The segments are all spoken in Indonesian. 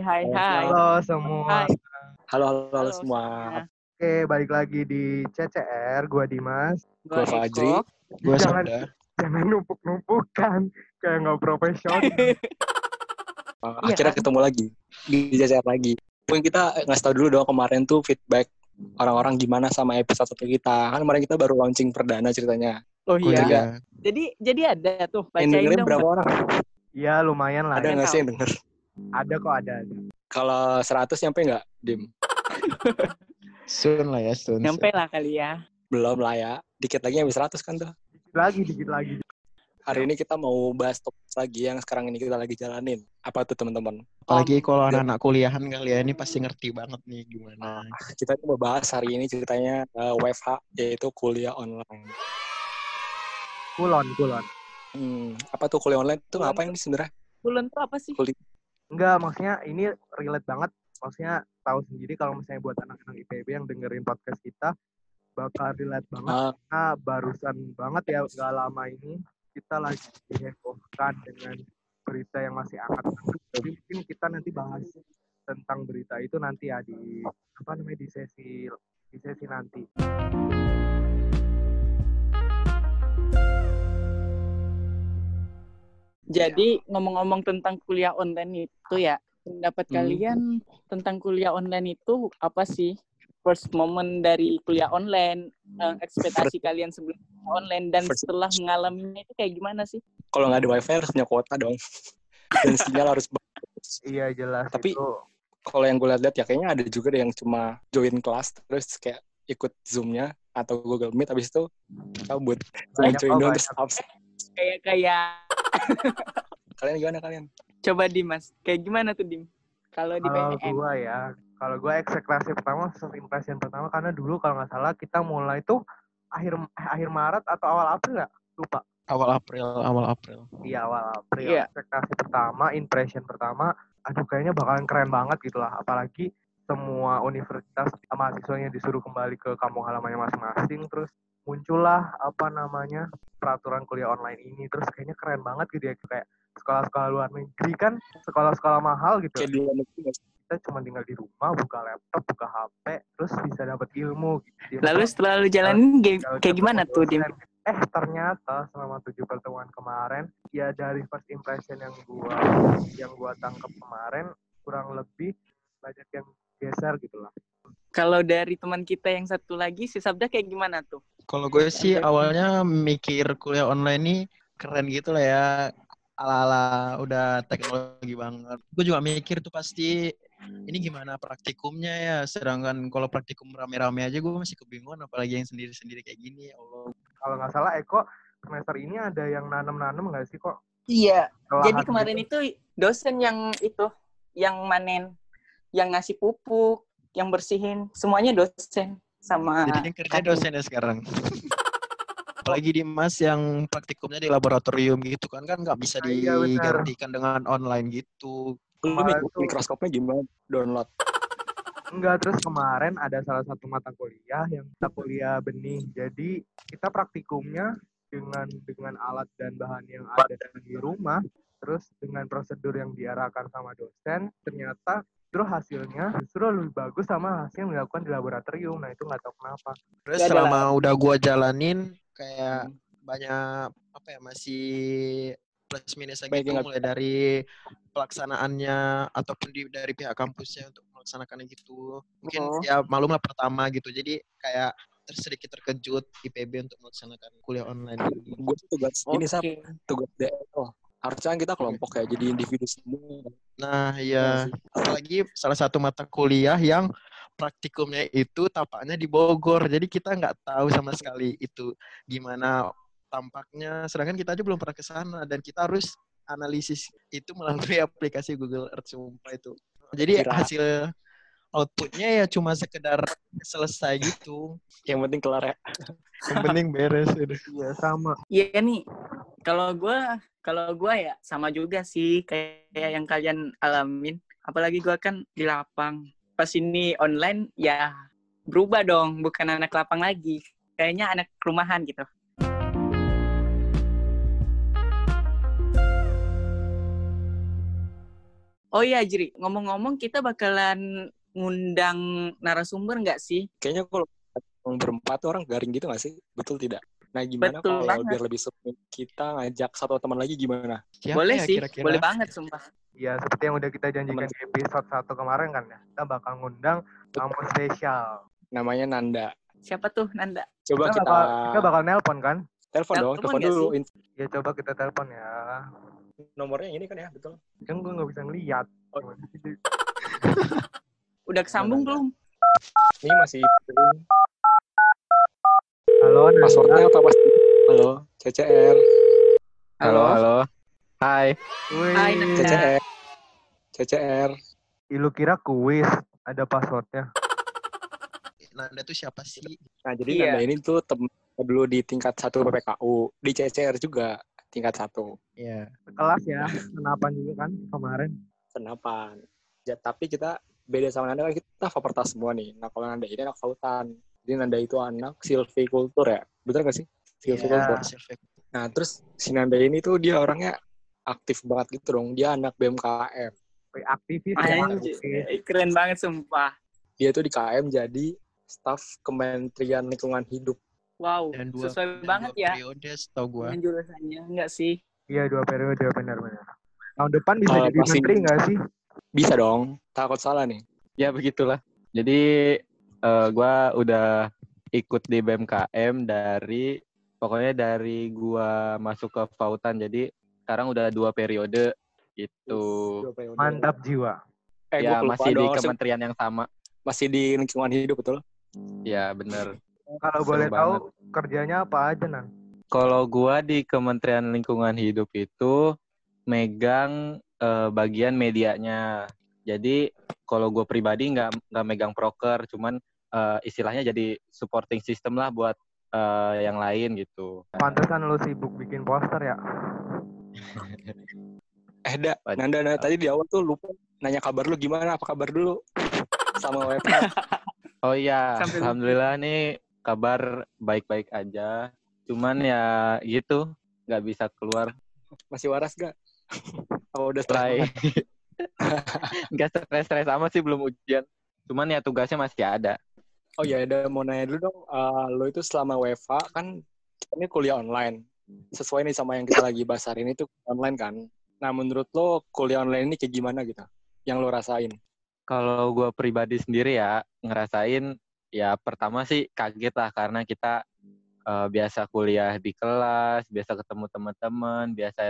Hai. Halo semua. Hai. Halo semua. Oke, balik lagi di CCR. Gua Dimas. Gua Fajri. Gua Jangan Sabda. numpuk-numpukan. Kayak nggak profesional. Akhirnya ketemu lagi di CCR lagi. Pokoknya kita ngasih tau dulu dong kemarin tuh feedback orang-orang gimana sama episode 1 kita. Kan kemarin kita baru launching perdana ceritanya. Oh iya. Iya. Jadi ada tuh. Yang Bacain dengerin dong. berapa orang? Iya, lumayan lah. Ada nggak sih yang denger? Ada kok, ada. Kalau 100 nyampe nggak, Dim? Soon lah ya, soon. Nyampe lah kali ya. Belum lah ya. Dikit lagi habis 100 kan tuh. Dikit lagi. Hari ini kita mau bahas topik lagi yang sekarang ini kita lagi jalanin. Apa tuh teman-teman? Apalagi kalau anak-anak kuliahan kali ya, ini pasti ngerti banget nih gimana. Kita tuh mau bahas hari ini ceritanya WFH, yaitu kuliah online. Kulon. Apa tuh kuliah online tuh ngapain sih sebenarnya? Bulan tuh apa sih? Enggak, maksudnya ini relate banget. Maksudnya tahu sendiri kalau misalnya buat anak-anak IPB yang dengerin podcast kita, bakal relate banget. Karena barusan banget ya, nggak lama ini, kita lagi dihebohkan dengan berita yang masih hangat. Jadi mungkin kita nanti bahas tentang berita itu nanti ya di sesi nanti. Jadi ngomong-ngomong tentang kuliah online itu ya, pendapat kalian tentang kuliah online itu apa sih? First moment dari kuliah online, ekspektasi kalian sebelum online dan setelah mengalaminya itu kayak gimana sih? Kalau nggak ada wifi harus punya kuota dong. Dan sinyal harus bagus. Iya jelas. Tapi itu. kalau yang gue lihat ya kayaknya ada juga deh yang cuma join kelas terus kayak ikut Zoom-nya atau Google Meet, habis itu buat join doang terus absen. Kayak Kalian gimana kalian? Coba Dimas, kayak gimana tuh Dim? Kalau di PTN? Kalau gue first impression pertama karena dulu kalau nggak salah kita mulai tuh akhir Maret atau awal April ya? Lupa. Awal April. Iya, awal April. Iya. Ekspektasi pertama, impression pertama, aduh kayaknya bakalan keren banget gitu lah. Apalagi semua universitas mahasiswanya disuruh kembali ke kampung halamannya masing-masing, terus muncullah peraturan kuliah online ini, terus kayaknya keren banget gitu ya, kayak sekolah-sekolah luar negeri kan sekolah-sekolah mahal gitu. Kayak di luar negeri. Kita cuma tinggal di rumah, buka laptop, buka HP, terus bisa dapat ilmu gitu. Lalu setelah lu jalanin kayak gimana tuh Dim? Ternyata selama 7 pertemuan kemarin, ya dari first impression yang gua tangkap kemarin, kurang lebih banyak yang geser gitu lah. Kalau dari teman kita yang satu lagi, si Sabda kayak gimana tuh? Kalau gue sih awalnya mikir kuliah online nih keren gitu lah ya. Ala-ala udah teknologi banget. Gue juga mikir tuh pasti ini gimana praktikumnya ya. Sedangkan kalau praktikum rame-rame aja gue masih kebingungan, apalagi yang sendiri-sendiri kayak gini. Ya Allah. Kalau nggak salah Eko semester ini ada yang nanam-nanam nggak sih kok? Iya. Jadi Lahan kemarin gitu. itu dosen yang manen, yang ngasih pupuk, yang bersihin, semuanya dosen sama. Jadi yang kerja dosen ya sekarang. Apalagi Dimas yang praktikumnya di laboratorium gitu kan nggak bisa digantikan dengan online gitu. Mikroskopnya gimana? Download. Enggak, terus kemarin ada salah satu mata kuliah yang mata kuliah benih. Jadi kita praktikumnya dengan alat dan bahan yang ada di rumah, terus dengan prosedur yang diarahkan sama dosen, ternyata hasilnya justru lebih bagus sama hasil yang dilakukan di laboratorium. Nah itu nggak tahu kenapa. Terus selama udah gua jalanin kayak banyak masih plus minus gitu, mulai dari pelaksanaannya ataupun dari pihak kampusnya untuk melaksanakannya gitu. Mungkin ya malum lah pertama gitu. Jadi kayak sedikit terkejut IPB untuk melaksanakan kuliah online ini. Gue tugas tugas DL. Harusnya kita kelompok kayak jadi individu semua. Nah, iya. Apalagi salah satu mata kuliah yang praktikumnya itu tampaknya di Bogor. Jadi kita nggak tahu sama sekali itu gimana tampaknya. Sedangkan kita aja belum pernah ke sana dan kita harus analisis itu melalui aplikasi Google Earth, sumpah itu. Jadi hasil outputnya ya cuma sekedar selesai gitu. Yang penting kelar ya. Yang penting beres. Iya sama. Iya nih. Kalau gue ya sama juga sih kayak yang kalian alamin. Apalagi gue kan di lapang. Pas ini online ya berubah dong, bukan anak lapang lagi. Kayaknya anak rumahan gitu. Oh iya, Jri. Ngomong-ngomong, kita bakalan ngundang narasumber nggak sih? Kayaknya kalau berempat orang garing gitu nggak sih? Betul tidak? Nah, gimana Betul kalau banget. biar lebih seru kita ngajak satu teman lagi gimana? Siapa Boleh ya sih, kira-kira? boleh banget sumpah. Ya, seperti yang udah kita janjikan di episode 1 kemarin kan ya. Kita bakal ngundang tamu spesial. Namanya Nanda. Siapa tuh, Nanda? Coba Kita bakal nelpon kan? telepon dong, Telepon telepon nggak dulu. Ya coba kita telepon ya. Nomornya ini kan ya, betul? Kan gue nggak bisa ngeliat. Oh. Udah kesambung belum? Ini masih Halo, Nanda. passwordnya apa pasti? Halo, CCR. Halo. Hai. Wih. Hai, Nanda. CCR. Lu kira kuis ada passwordnya? Nanda tuh siapa sih? Nah, jadi Iya. Nanda ini tuh dulu di tingkat 1 PPKU, di CCR juga tingkat 1. Iya. Kelas ya, senapan juga kan kemarin. Senapan. Ya, tapi kita beda sama Nanda kan kita fakultas semua nih. Nah, kalau Nanda ini anak Fautan. Jadi Nanda itu anak silvicultur ya. Betul nggak sih? Silvicultur. Iya. Nah, terus si Nanda ini tuh dia orangnya aktif banget gitu dong. Dia anak BMKM. Aktivis ya. Anjir, keren banget sumpah. Dia tuh di KM jadi staf Kementerian Lingkungan Hidup. Wow, Dan sesuai dua banget ya periode setahu gua. dengan jurusannya, enggak sih? Iya, 2 periode, benar-benar. Tahun depan bisa jadi Pasti menteri nggak sih? bisa dong. Takut salah nih. Ya begitulah. Jadi gua udah ikut di BMKM pokoknya dari gua masuk ke Fautan. Jadi sekarang udah 2 periode gitu. Mantap jiwa. Ya gua masih di dong. kementerian yang sama. Masih di lingkungan hidup, betul? Ya bener. Kalau Seru boleh banget. tahu kerjanya apa aja, Nan? Kalau gua di Kementerian Lingkungan Hidup itu megang bagian medianya. Jadi kalau gue pribadi nggak megang proker, cuman istilahnya jadi supporting system lah buat yang lain gitu. Pantesan lu sibuk bikin poster ya? Nanda, tadi di awal tuh lupa nanya kabar lu gimana, apa kabar dulu sama WFH. Oh iya, Sampai alhamdulillah nih kabar baik-baik aja. Cuman ya gitu, nggak bisa keluar. Masih waras gak? Apa udah Mulai stres? nggak stres-stres sama sih, belum ujian. Cuman ya tugasnya masih ada. Oh iya, mau nanya dulu dong. Lo itu selama WFH kan ini kuliah online. Sesuai nih sama yang kita lagi bahas hari ini tuh online kan. Nah, menurut lo kuliah online ini kayak gimana gitu? Yang lo rasain? Kalau gue pribadi sendiri ya, ngerasain ya pertama sih kaget lah karena kita biasa kuliah di kelas, biasa ketemu teman-teman, biasa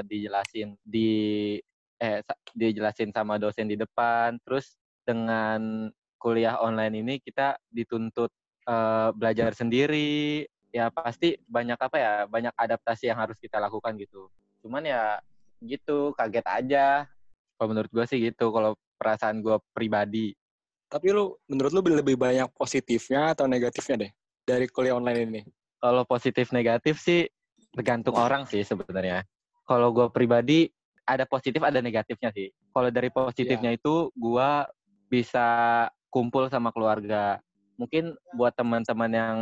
dijelasin sama dosen di depan. Terus dengan kuliah online ini kita dituntut belajar sendiri. Ya pasti banyak banyak adaptasi yang harus kita lakukan gitu. Cuman ya gitu, kaget aja. Kalau menurut gue sih gitu, kalau perasaan gue pribadi. Tapi menurut lo lebih banyak positifnya atau negatifnya deh dari kuliah online ini? Kalau positif negatif sih tergantung orang sih sebenarnya. Kalau gue pribadi ada positif ada negatifnya sih. Kalau dari positifnya itu gue bisa kumpul sama keluarga. Mungkin buat teman-teman yang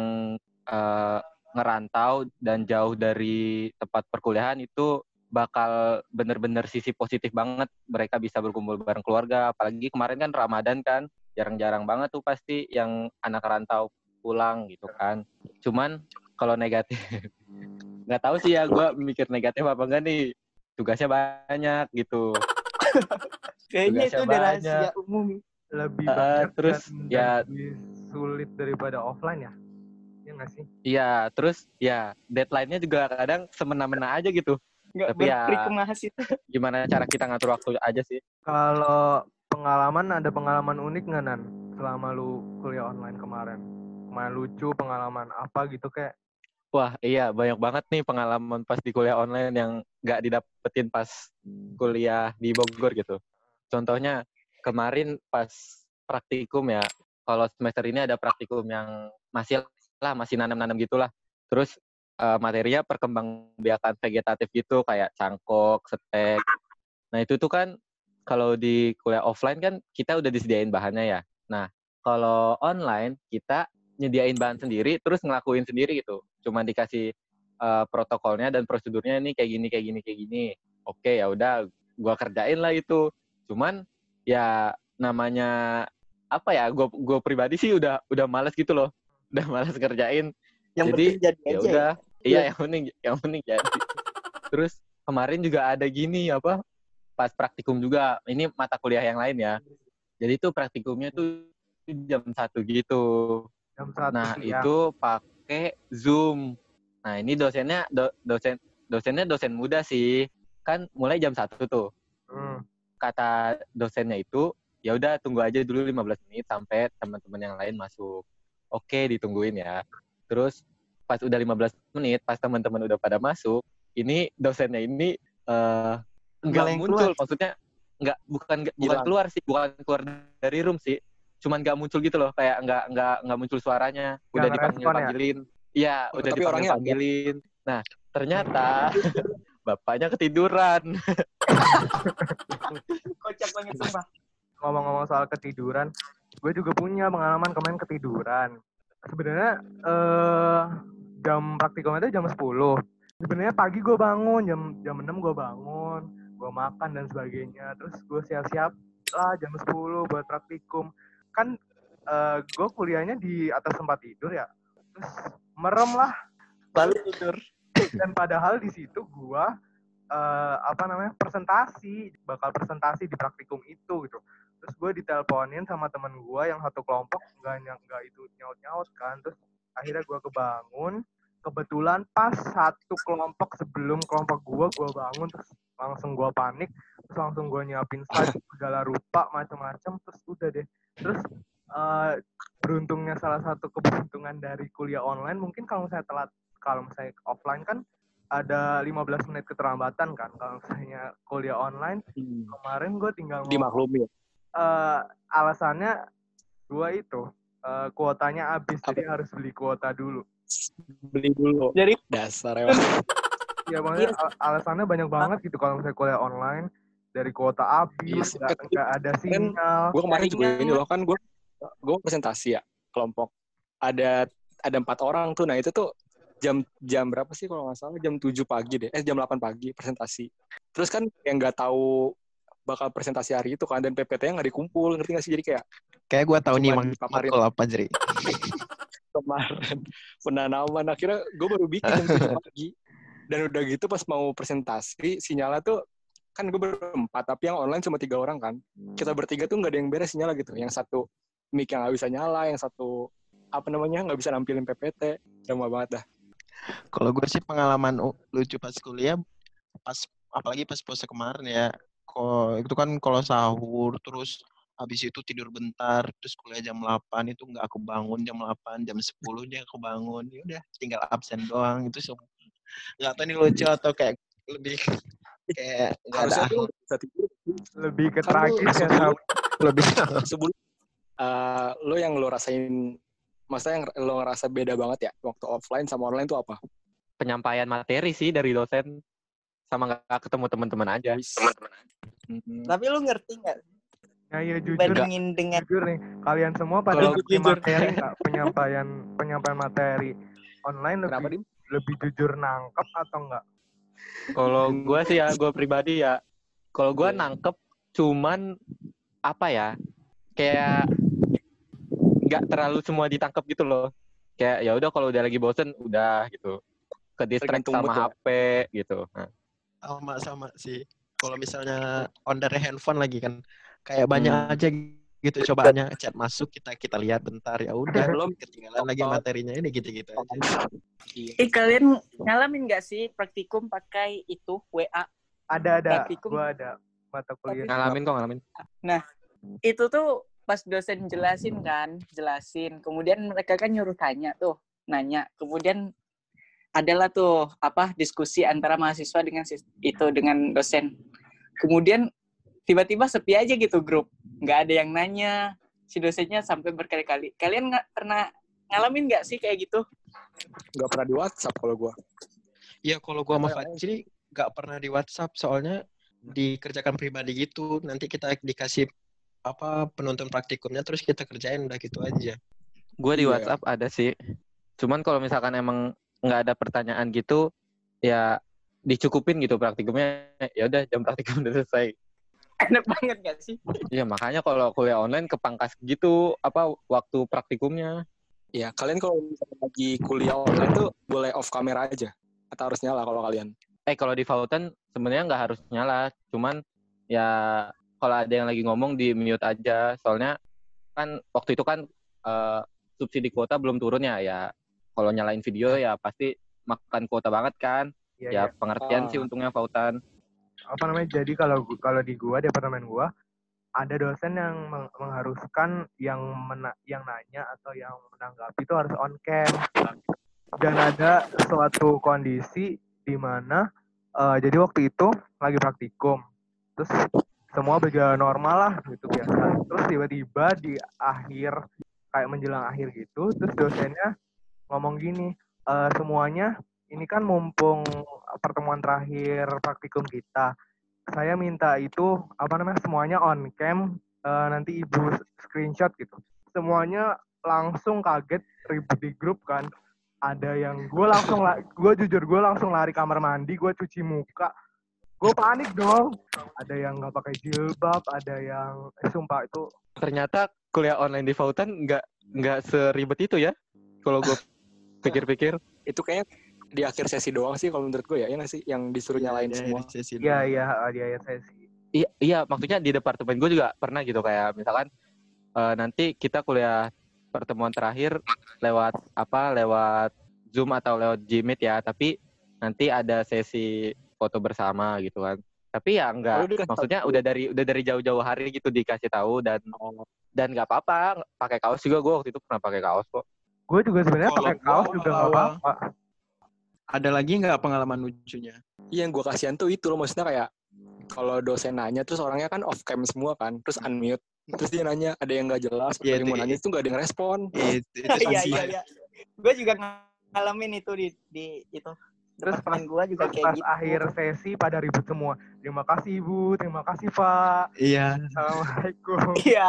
ngerantau dan jauh dari tempat perkuliahan itu bakal bener-bener sisi positif banget. Mereka bisa berkumpul bareng keluarga. Apalagi kemarin kan Ramadan kan, jarang-jarang banget tuh pasti yang anak rantau pulang gitu kan. Cuman kalau negatif, nggak tahu sih ya gue mikir negatif apa enggak nih. Tugasnya banyak gitu. Kayaknya itu udah rahasia umum. Lebih banyak terus dan ya lebih sulit daripada offline ya? Iya nggak sih? Iya, terus ya deadline-nya juga kadang semena-mena aja gitu. Nggak Tapi ya berprikemas itu. gimana cara kita ngatur waktu aja sih. Kalau ada pengalaman unik nggak, Nan? Selama lu kuliah online kemarin? Pengalaman lucu, pengalaman apa gitu kayak? Wah iya, banyak banget nih pengalaman pas di kuliah online yang nggak didapetin pas kuliah di Bogor gitu. Contohnya kemarin pas praktikum ya, kalau semester ini ada praktikum yang masih nanam-nanam gitulah. Terus materinya perkembangbiakan vegetatif gitu kayak cangkok, setek. Nah itu tuh kan kalau di kuliah offline kan kita udah disediain bahannya ya. Nah kalau online kita nyediain bahan sendiri terus ngelakuin sendiri gitu. Cuma dikasih protokolnya dan prosedurnya ini kayak gini. Oke ya udah gua kerjain lah itu. Cuman ya namanya apa ya? Gue pribadi sih udah malas gitu loh. Udah malas kerjain. Yang Jadi penting jadi ya aja udah. ya. Iya, yang penting jadi. Terus kemarin juga ada gini apa? Pas praktikum juga. Ini mata kuliah yang lain ya. Jadi tuh praktikumnya tuh jam 1 gitu. Jam 1 Nah, siang. itu pakai Zoom. Nah, ini dosennya dosen muda sih. Kan mulai jam 1 tuh. Kata dosennya itu, ya udah tunggu aja dulu 15 menit sampai teman-teman yang lain masuk. Oke, ditungguin ya. Terus pas udah 15 menit, pas teman-teman udah pada masuk, ini dosennya ini nggak Malah yang muncul. keluar. Maksudnya bukan keluar sih, bukan keluar dari room sih. Cuman nggak muncul gitu loh, kayak nggak muncul suaranya. Udah Nggak dipanggil-panggilin. Iya, udah tapi orangnya dipanggil-panggilin. Nah, ternyata bapaknya ketiduran. Kocak banget sumpah. Ngomong-ngomong soal ketiduran, gue juga punya pengalaman kemarin ketiduran. Sebenarnya jam praktikum itu jam 10. Sebenarnya pagi gue bangun, jam 6 gue bangun, gue makan dan sebagainya. Terus gue siap-siap lah jam 10 buat praktikum. Kan gue kuliahnya di atas tempat tidur ya. Terus merem lah. Lalu tidur. Dan padahal di situ gue bakal presentasi di praktikum itu gitu. Terus gue diteleponin sama temen gue yang satu kelompok nggak itu nyaut kan. Terus akhirnya gue kebangun, kebetulan pas satu kelompok sebelum kelompok gue bangun, terus langsung gue panik, terus langsung gue nyiapin slide segala rupa macam-macam, terus udah deh. Terus beruntungnya salah satu keberuntungan dari kuliah online, mungkin kalau misalnya offline kan ada 15 menit keterlambatan kan. Kalau misalnya kuliah online, kemarin gue tinggal dimaklumi. Alasannya gue itu kuotanya habis, jadi harus beli kuota dulu. Jadi dasar emang. Ya maksudnya alasannya banyak banget gitu kalau misalnya kuliah online, dari kuota habis, nggak ada sinyal. Gue kemarin juga ini loh, kan gue presentasi ya kelompok. Ada 4 orang tuh. Nah itu tuh jam berapa sih kalau nggak salah, jam 7 pagi deh, jam 8 pagi presentasi. Terus kan yang nggak tahu bakal presentasi hari itu kan, dan PPT-nya nggak dikumpul, ngerti nggak sih? Jadi kayak gue tahu nih dipaparin apa Jeri. kemarin penanaman, akhirnya gue baru bikin jam 7 pagi. Dan udah gitu pas mau presentasi, sinyalnya tuh kan gue berempat, tapi yang online cuma 3 orang kan. Kita bertiga tuh nggak ada yang beres sinyalnya gitu. Yang satu mic yang nggak bisa nyala, yang satu nggak bisa nampilin PPT. Drama banget dah. Kalau gue sih pengalaman lucu pas kuliah, apalagi pas puasa kemarin ya. Itu kan kalau sahur terus habis itu tidur bentar, terus kuliah jam 8 itu nggak aku bangun jam 8, jam 10 dia aku bangun. Ya udah tinggal absen doang. Itu semua nggak tahu ini lucu atau kayak lebih kayak nggak ada harusnya bisa tidur. Lebih ke tragis ya. Lebih sebelum lo yang lo rasain, maksudnya yang lo ngerasa beda banget ya waktu offline sama online tuh apa? Penyampaian materi sih dari dosen, sama nggak ketemu teman-teman aja. Tapi lu ngerti nggak? Ya jujur. Bandingin dengan jujur nih, kalian semua pada ngerti materi nggak? penyampaian materi online lebih jujur nangkep atau enggak? Kalau gue sih ya, gue pribadi ya, kalau gue nangkep, cuman apa ya, kayak nggak terlalu semua ditangkep gitu loh. Kayak ya udah kalau udah lagi bosen udah gitu, ke distract sama HP gitu. Nah. Sama sih. Kalau misalnya on dari handphone lagi kan, kayak banyak aja gitu cobaannya, chat masuk kita lihat bentar, ya udah belum ketinggalan lagi materinya, ini gitu-gitu aja. Kalian ngalamin nggak sih praktikum pakai itu WA? Ada. Praktikum. Gua ada mata kuliah. Ngalamin. Nah, itu tuh pas dosen jelasin. Kemudian mereka kan nyuruh nanya. Kemudian adalah tuh diskusi antara mahasiswa dengan dosen. Kemudian tiba-tiba sepi aja gitu grup, nggak ada yang nanya. Si dosennya sampai berkali-kali. Kalian pernah ngalamin nggak sih kayak gitu? Nggak pernah di WhatsApp kalau gue. Iya, kalau gue sama Fajri nggak pernah di WhatsApp, soalnya dikerjakan pribadi gitu. Nanti kita dikasih penonton praktikumnya, terus kita kerjain, udah gitu aja. Gue di WhatsApp ada sih. Cuman kalau misalkan emang nggak ada pertanyaan gitu, ya dicukupin gitu praktikumnya. Ya udah jam praktikum udah selesai. Enak banget gak sih? Iya, makanya kalau kuliah online kepangkas gitu waktu praktikumnya. Ya, kalian kalau misalnya lagi kuliah online tuh boleh off kamera aja? Atau harus nyala kalau kalian? Kalau di Fountain sebenarnya nggak harus nyala, cuman ya kalau ada yang lagi ngomong di mute aja. Soalnya kan waktu itu kan subsidi kuota belum turun ya. Kalau nyalain video ya pasti makan kuota banget kan. Ya pengertian sih untungnya Fountain. Apa namanya? Jadi kalau di departemen gua ada dosen yang mengharuskan yang nanya atau yang menanggapi itu harus on cam. Dan ada suatu kondisi di mana jadi waktu itu lagi praktikum. Terus semua berjalan normal lah gitu biasa. Terus tiba-tiba di akhir kayak menjelang akhir gitu, terus dosennya ngomong gini, semuanya ini kan mumpung pertemuan terakhir praktikum kita. Saya minta itu semuanya on cam, nanti ibu screenshot gitu. Semuanya langsung kaget, ribut di grup kan. Ada yang gue langsung lari kamar mandi, gue cuci muka, gue panik dong. Ada yang nggak pakai jilbab, ada yang sumpah itu. Ternyata kuliah online di Fountain nggak seribet itu ya. Kalau gue pikir-pikir itu kayaknya di akhir sesi doang sih kalau menurut gue ya nggak sih yang disuruh nyalain semua. Iya sesi. Iya, maksudnya di departemen gue juga pernah gitu kayak misalkan nanti kita kuliah pertemuan terakhir lewat Zoom atau lewat Gmeet ya, tapi nanti ada sesi foto bersama gitu kan. Tapi ya enggak, maksudnya udah dari jauh-jauh hari gitu dikasih tahu dan nggak apa-apa pakai kaos juga. Gue waktu itu pernah pakai kaos kok. Gue juga sebenarnya pakai kaos juga nggak apa-apa. Ada lagi nggak pengalaman lucunya? Iya, yang gue kasihan tuh itu loh, maksudnya kayak kalau dosen nanya terus orangnya kan off cam semua kan, terus unmute, terus dia nanya ada yang nggak jelas, ada yang mau nanya itu nggak ada yang respon. Iya. Gue juga ngalamin itu di itu. Terus pas gue juga kayak pas gitu. akhir sesi pada ribut semua. Terima kasih Ibu, terima kasih Pak. Iya. Assalamualaikum. Iya.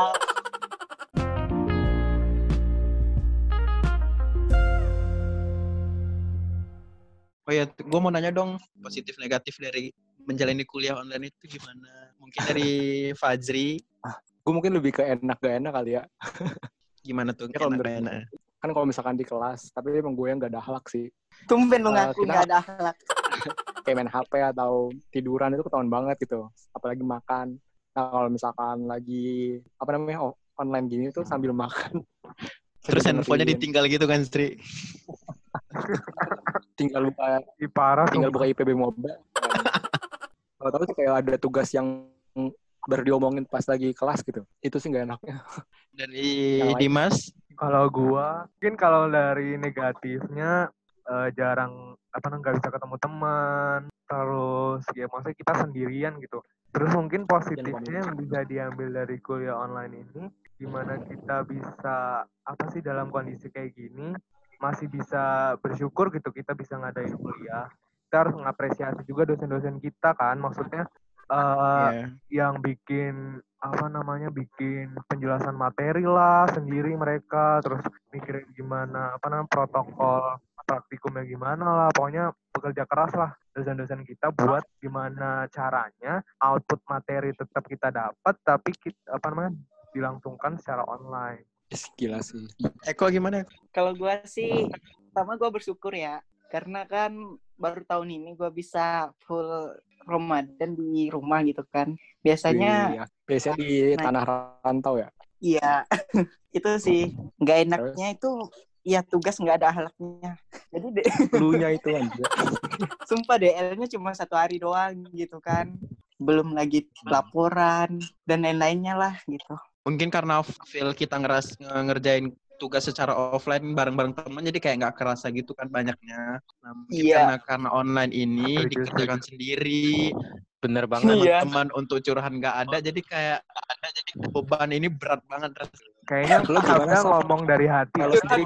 Oh ya, gue mau nanya dong, positif negatif dari menjalani kuliah online itu gimana? Mungkin dari Fajri. Gue mungkin lebih ke enak gak enak kali ya. Gimana tuh? Ya, kalau enak gak enak? Kan kalau misalkan di kelas, tapi emang gue yang gak ada akhlak sih. Tumben lu ngaku gak ada akhlak. Kayak main HP atau tiduran itu ketahuan banget gitu. Apalagi makan. Nah kalau misalkan lagi online gini tuh sambil makan. Terus handphonenya ditinggal gitu kan, Sri? tinggal buka IPB Mobile. Kalau tahu sih kayak ada tugas yang baru diomongin pas lagi kelas gitu. Itu sih nggak enaknya. Dari Dimas? Kalau gua, mungkin kalau dari negatifnya jarang nggak bisa ketemu teman. Terus ya maksudnya kita sendirian gitu. Terus mungkin positifnya yang bisa diambil dari kuliah online ini, gimana kita bisa dalam kondisi kayak gini masih bisa bersyukur gitu kita bisa ngadain kuliah. Kita harus mengapresiasi juga dosen-dosen kita kan, maksudnya yang bikin bikin penjelasan materi lah sendiri mereka, terus mikirin gimana protokol praktikumnya gimana lah, pokoknya bekerja keras lah dosen-dosen kita buat gimana caranya output materi tetap kita dapat tapi kita dilangsungkan secara online. Gila sih. Eko gimana? Kalau gue sih, pertama gue bersyukur ya. Karena kan baru tahun ini gue bisa full Ramadan di rumah gitu kan. Biasanya di tanah rantau ya? Iya, itu sih. Nggak enaknya itu, ya tugas nggak ada akhlaknya. Jadi Lunya itu aja. Sumpah DL-nya cuma 1 hari doang gitu kan. Belum lagi laporan dan lain-lainnya lah gitu. Mungkin karena feel kita ngerjain tugas secara offline bareng-bareng teman, jadi kayak nggak kerasa gitu kan banyaknya. Nah, mungkin karena online ini dikerjakan sendiri, bener banget. Teman-teman untuk curhan nggak ada, jadi kayak beban ini berat banget. Kayaknya lo gimana ngomong dari hati.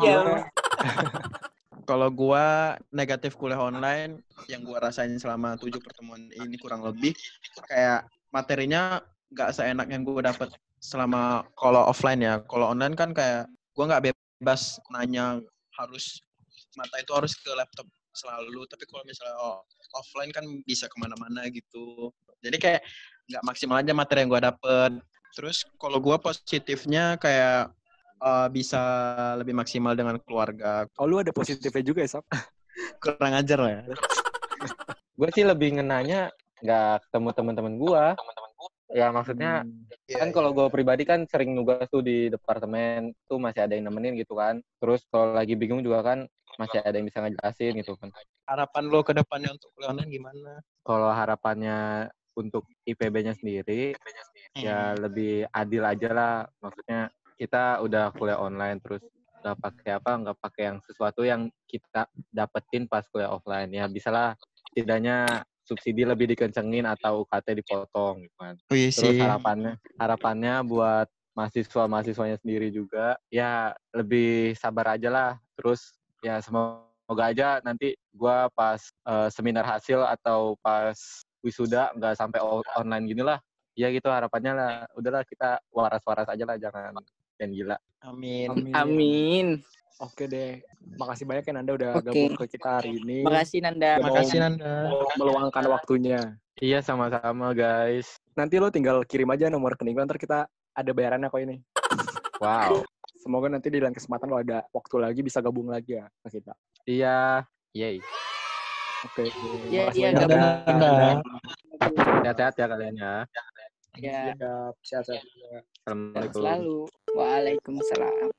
Kalau gua negatif kuliah online yang gua rasain selama 7 pertemuan ini kurang lebih, kayak materinya nggak seenak yang gua dapat selama kalau offline ya. Kalau online kan kayak gue nggak bebas nanya, mata itu harus ke laptop selalu. Tapi kalau misalnya offline kan bisa kemana-mana gitu. Jadi kayak nggak maksimal aja materi yang gue dapet. Terus kalau gue positifnya kayak bisa lebih maksimal dengan keluarga. Oh, lu ada positifnya juga ya, Sap? Kurang ajar lah ya. Gue sih lebih ngenanya nggak ketemu teman-teman gue. Ya maksudnya kan kalau gue pribadi kan sering nugas tuh di departemen tuh masih ada yang nemenin gitu kan. Terus kalau lagi bingung juga kan masih ada yang bisa ngejelasin gitu kan. Harapan lo ke depannya untuk kuliah online gimana? Kalau harapannya untuk IPB-nya sendiri ya lebih adil aja lah. Maksudnya kita udah kuliah online terus nggak pakai yang sesuatu yang kita dapetin pas kuliah offline. Ya bisalah setidaknya subsidi lebih dikencengin atau UKT dipotong gitu kan. Oh, iya Terus sih. harapannya buat mahasiswanya sendiri juga ya lebih sabar aja lah. Terus ya semoga aja nanti gua pas seminar hasil atau pas wisuda nggak sampai online gini lah. Ya gitu harapannya lah. Udahlah kita waras-waras aja lah, jangan gila. Amin. Oke deh. Makasih banyak ya Nanda udah Oke. gabung ke kita hari ini. Makasih Nanda. Makasih Nanda. Meluangkan waktunya. Iya sama-sama guys. Nanti lo tinggal kirim aja nomor rekening lo, ntar kita ada bayarannya kok ini. Wow. Semoga nanti di lain kesempatan lo ada waktu lagi bisa gabung lagi ya ke kita. Iya. Yay. Oke. Iya, Makasih iya, banyak, gabung. Nanda. Sehat-sehat ya kalian ya. Ya, Sehat-sehat juga. Assalamualaikum. selalu. Waalaikumsalam.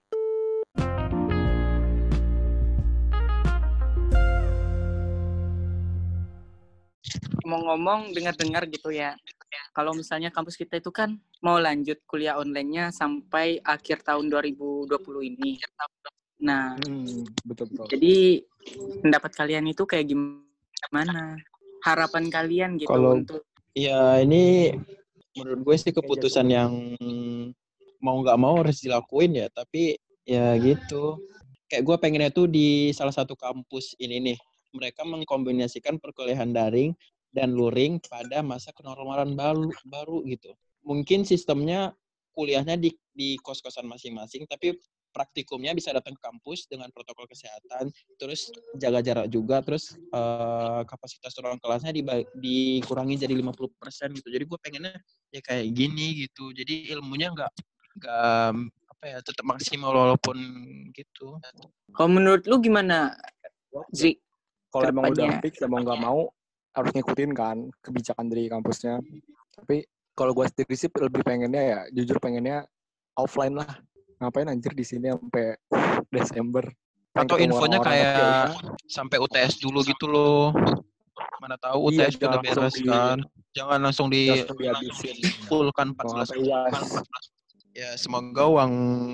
Ngomong-ngomong, dengar-dengar gitu ya. Kalau misalnya kampus kita itu kan mau lanjut kuliah online-nya sampai akhir tahun 2020 ini. Nah, Betul. jadi pendapat kalian itu kayak gimana? Harapan kalian gitu Kalau- untuk Ya ini menurut gue sih keputusan yang mau nggak mau harus dilakuin ya. Tapi ya gitu. Kayak gue pengennya tuh di salah satu kampus ini nih. Mereka mengkombinasikan perkuliahan daring dan luring pada masa kenormalan baru gitu. Mungkin sistemnya kuliahnya di kos-kosan masing-masing, tapi praktikumnya bisa datang ke kampus dengan protokol kesehatan, terus jaga jarak juga, terus kapasitas ruang kelasnya dikurangi jadi 50% gitu. Jadi gue pengennya ya kayak gini gitu. Jadi ilmunya nggak apa ya, tetap maksimal walaupun gitu. kalau menurut lu gimana, Zri? Kalau emang udah Kedepannya. fix, emang nggak mau, harus ngikutin kan kebijakan dari kampusnya. Tapi kalau gue sendiri sih lebih pengennya ya, jujur pengennya offline lah. Ngapain anjir di sini sampai Desember. Atau Pengen ketemu infonya orang-orang, kayak tapi ya udah. sampai UTS dulu gitu loh. Mana tahu Iya, UTS udah jangan langsung beres kan. Jangan langsung dihabisin. full kan Kalau 14 sampai bulan. UAS. Ya semoga uang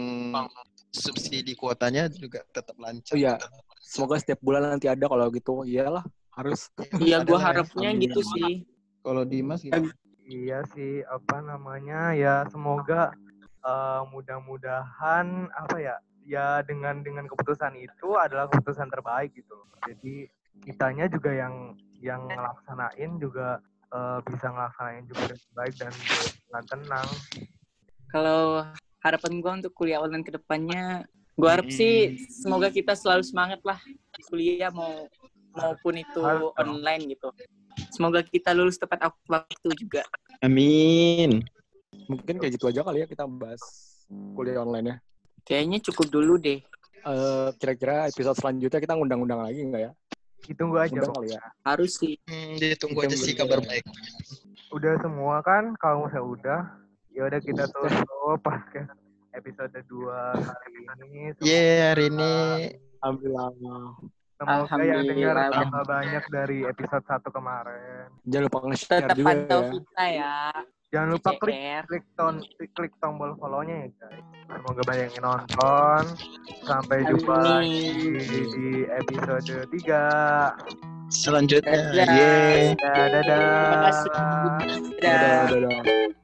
subsidi kuotanya juga tetap lancar. Oh iya, semoga setiap bulan nanti ada kalau gitu. Iyalah, harus. Iya, gue Ada lah ya. harapnya Amin. gitu sih. Kalau Dimas gimana? Iya sih, apa namanya ya, semoga mudah-mudahan apa ya dengan keputusan itu adalah keputusan terbaik gitu loh. Jadi kitanya juga yang ngelaksanain juga bisa ngelaksanain juga dengan baik dan dengan tenang. Kalau harapan gue untuk kuliah online ke depannya, gue harap sih semoga kita selalu semangat lah kuliah maupun itu online gitu. Semoga kita lulus tepat waktu juga. Amin. Mungkin kayak gitu aja kali ya kita bahas kuliah online ya. Kayaknya cukup dulu deh. Kira-kira episode selanjutnya kita ngundang-undang lagi nggak ya? Ditunggu aja Undang kok. kali ya. Harus sih. Ditunggu aja sih kabar baik. Udah semua kan? Kalau misalnya udah, ya udah kita tutup podcast episode 2 kali ini. Hari ini Alhamdulillah. Semoga yang dengar Alhamdulillah. tambah banyak dari episode 1 kemarin. Jangan lupa nge-share Tetap juga pantau ya. kita ya. Jangan lupa CCR. klik tombol follow-nya ya guys. Semoga banyak yang nonton. Sampai jumpa lagi di episode 3. selanjutnya. Dadah. Yeay. Dadah. Terima kasih. Dadah. Dadah.